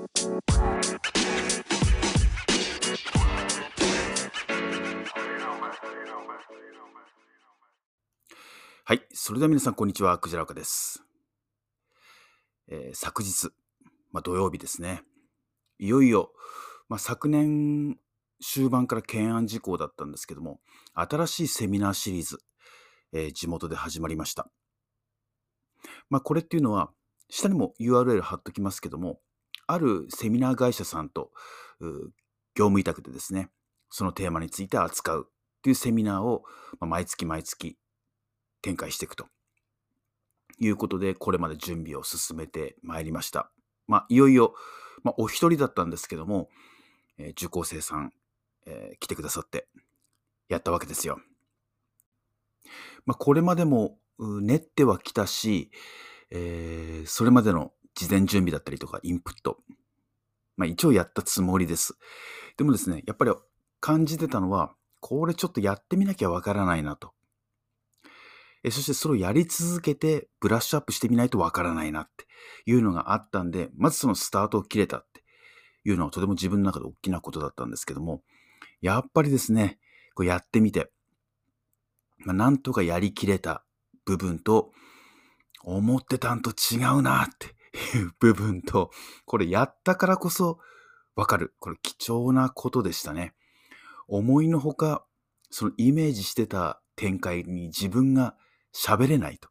はい。それでは皆さん、こんにちは。クジラ岡です。昨日、土曜日ですね。いよいよ、昨年終盤から懸案事項だったんですけども、新しいセミナーシリーズ、地元で始まりました。これっていうのは、下にも URL 貼っときますけども、あるセミナー会社さんと、業務委託でですね、そのテーマについて扱うっていうセミナーを、毎月毎月展開していくということで、これまで準備を進めてまいりました。いよいよ、お一人だったんですけども、受講生さん、来てくださってやったわけですよ。これまでも練ってはきたし、それまでの事前準備だったりとかインプット、一応やったつもりです。でもですね、やっぱり感じてたのは、これちょっとやってみなきゃわからないなと。そしてそれをやり続けてブラッシュアップしてみないとわからないなっていうのがあったんで、まずそのスタートを切れたっていうのはとても自分の中で大きなことだったんですけども、やっぱりですね、こうやってみて、なんとかやりきれた部分と、思ってたんと違うなっていう部分と、これやったからこそわかる。これ貴重なことでしたね。思いのほか、そのイメージしてた展開に自分が喋れないと。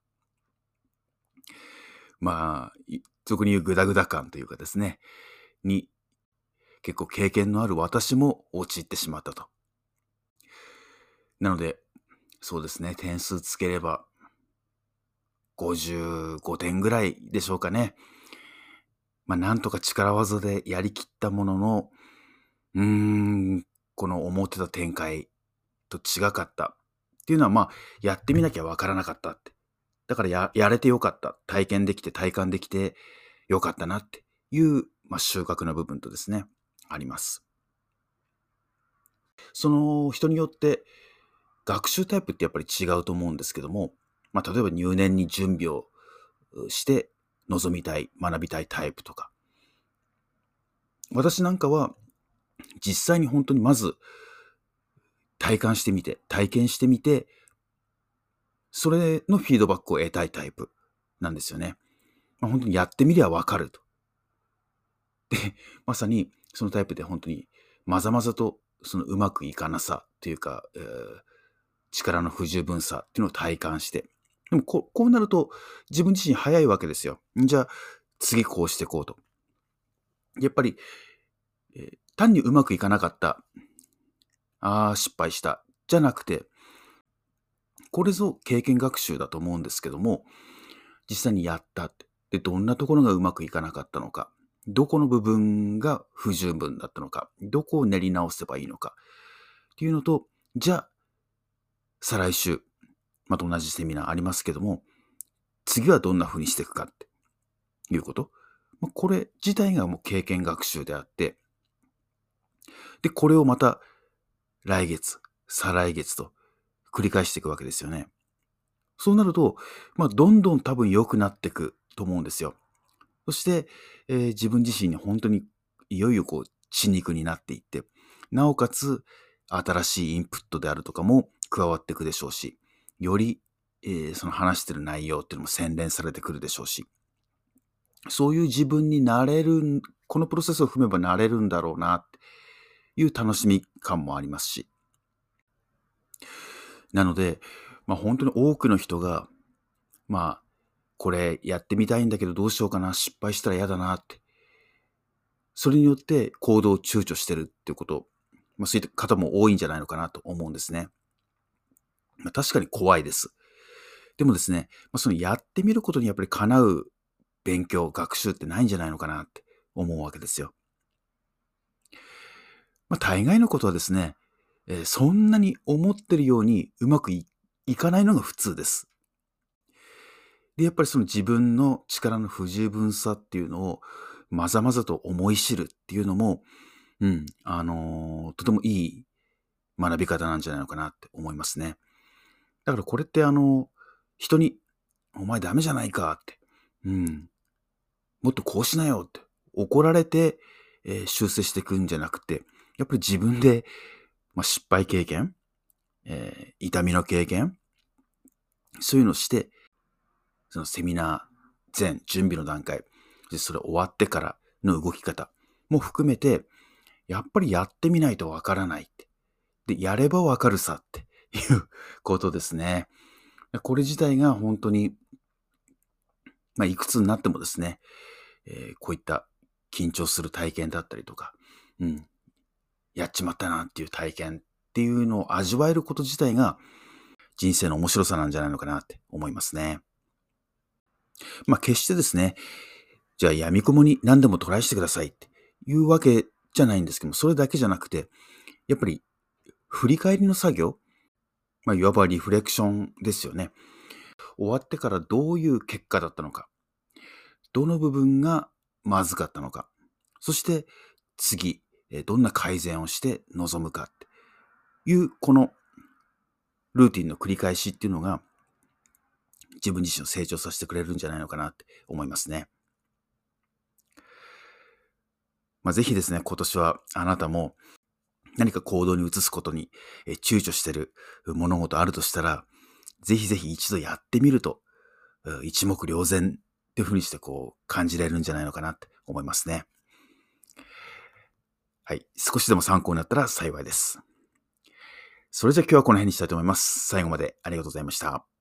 俗に言うグダグダ感というかですね、に結構経験のある私も陥ってしまったと。なので、そうですね、点数つければ55点ぐらいでしょうかね。なんとか力技でやりきったものの、うーん、この思ってた展開と違かったっていうのは、やってみなきゃわからなかったって。だからやれてよかった。体験できて体感できてよかったなっていう、収穫の部分とですね、あります。その人によって学習タイプってやっぱり違うと思うんですけども、例えば入念に準備をして臨みたい、学びたいタイプとか。私なんかは実際に本当にまず体感してみて、体験してみて、それのフィードバックを得たいタイプなんですよね。本当にやってみりゃわかると。で、まさにそのタイプで本当にまざまざとそのうまくいかなさというか、力の不十分さっていうのを体感して。でもこうなると自分自身早いわけですよ。じゃあ次こうしていこうと。やっぱり、単にうまくいかなかった。ああ、失敗した。じゃなくて、これぞ経験学習だと思うんですけども、実際にやったって。で、どんなところがうまくいかなかったのか。どこの部分が不十分だったのか。どこを練り直せばいいのか。っていうのと、じゃあ、再来週、また同じセミナーありますけども、次はどんな風にしていくかっていうこと。これ自体がもう経験学習であって、で、これをまた来月、再来月と繰り返していくわけですよね。そうなると、どんどん多分良くなっていくと思うんですよ。そして、自分自身に本当にいよいよ血肉になっていって、なおかつ新しいインプットであるとかも加わっていくでしょうし、より、その話してる内容っていうのも洗練されてくるでしょうし、そういう自分になれる、このプロセスを踏めばなれるんだろうなっていう楽しみ感もありますし。なので、本当に多くの人が、これやってみたいんだけどどうしようかな、失敗したら嫌だなって。それによって行動を躊躇してるっていうこと、そういった方も多いんじゃないのかなと思うんですね。確かに怖いです。でもですね、そのやってみることにやっぱりかなう勉強、学習ってないんじゃないのかなって思うわけですよ。大概のことはですね、そんなに思ってるようにうまくいかないのが普通です。で、やっぱりその自分の力の不十分さっていうのをまざまざと思い知るっていうのも、とてもいい学び方なんじゃないのかなって思いますね。だからこれって人に、お前ダメじゃないかって、もっとこうしなよって、 怒られて、修正していくんじゃなくて、やっぱり自分で、失敗経験、痛みの経験、そういうのをして、そのセミナー前、準備の段階、でそれ終わってからの動き方も含めて、やっぱりやってみないとわからないって。で、やればわかるさっていうことですね。これ自体が本当に、いくつになってもですね、こういった緊張する体験だったりとか、うん、やっちまったなっていう体験っていうのを味わえること自体が人生の面白さなんじゃないのかなって思いますね。決してですね、じゃあ闇雲に何でもトライしてくださいっていうわけじゃないんですけども、それだけじゃなくて、やっぱり振り返りの作業、いわばリフレクションですよね。終わってからどういう結果だったのか、どの部分がまずかったのか、そして次、どんな改善をして臨むかっていう、このルーティンの繰り返しっていうのが、自分自身を成長させてくれるんじゃないのかなって思いますね。ぜひですね、今年はあなたも何か行動に移すことに躊躇している物事あるとしたら、ぜひぜひ一度やってみると、一目瞭然っていうふうにして感じられるんじゃないのかなって思いますね。はい。少しでも参考になったら幸いです。それじゃあ今日はこの辺にしたいと思います。最後までありがとうございました。